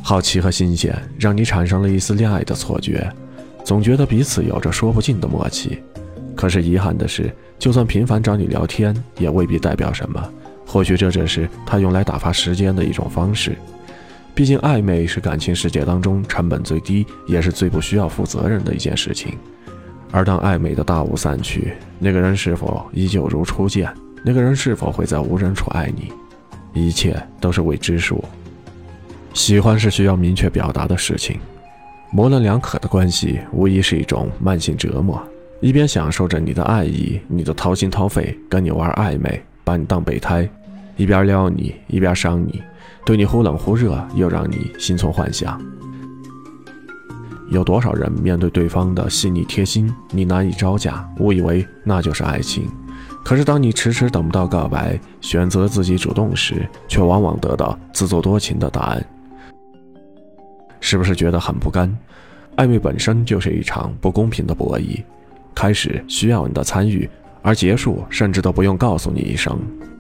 好奇和新鲜让你产生了一丝恋爱的错觉，总觉得彼此有着说不尽的默契。可是遗憾的是，就算频繁找你聊天，也未必代表什么。或许这只是他用来打发时间的一种方式。毕竟暧昧是感情世界当中成本最低，也是最不需要负责任的一件事情。而当暧昧的大雾散去，那个人是否依旧如初见？那个人是否会在无人处爱你？一切都是未知数。喜欢是需要明确表达的事情，模棱两可的关系无疑是一种慢性折磨。一边享受着你的爱意，你的掏心掏肺，跟你玩暧昧，把你当备胎，一边撩你，一边伤你，对你忽冷忽热，又让你心存幻想。有多少人面对对方的细腻贴心，你难以招架，误以为那就是爱情。可是当你迟迟等不到告白，选择自己主动时，却往往得到自作多情的答案。是不是觉得很不甘？暧昧本身就是一场不公平的博弈，开始需要你的参与，而结束甚至都不用告诉你一声。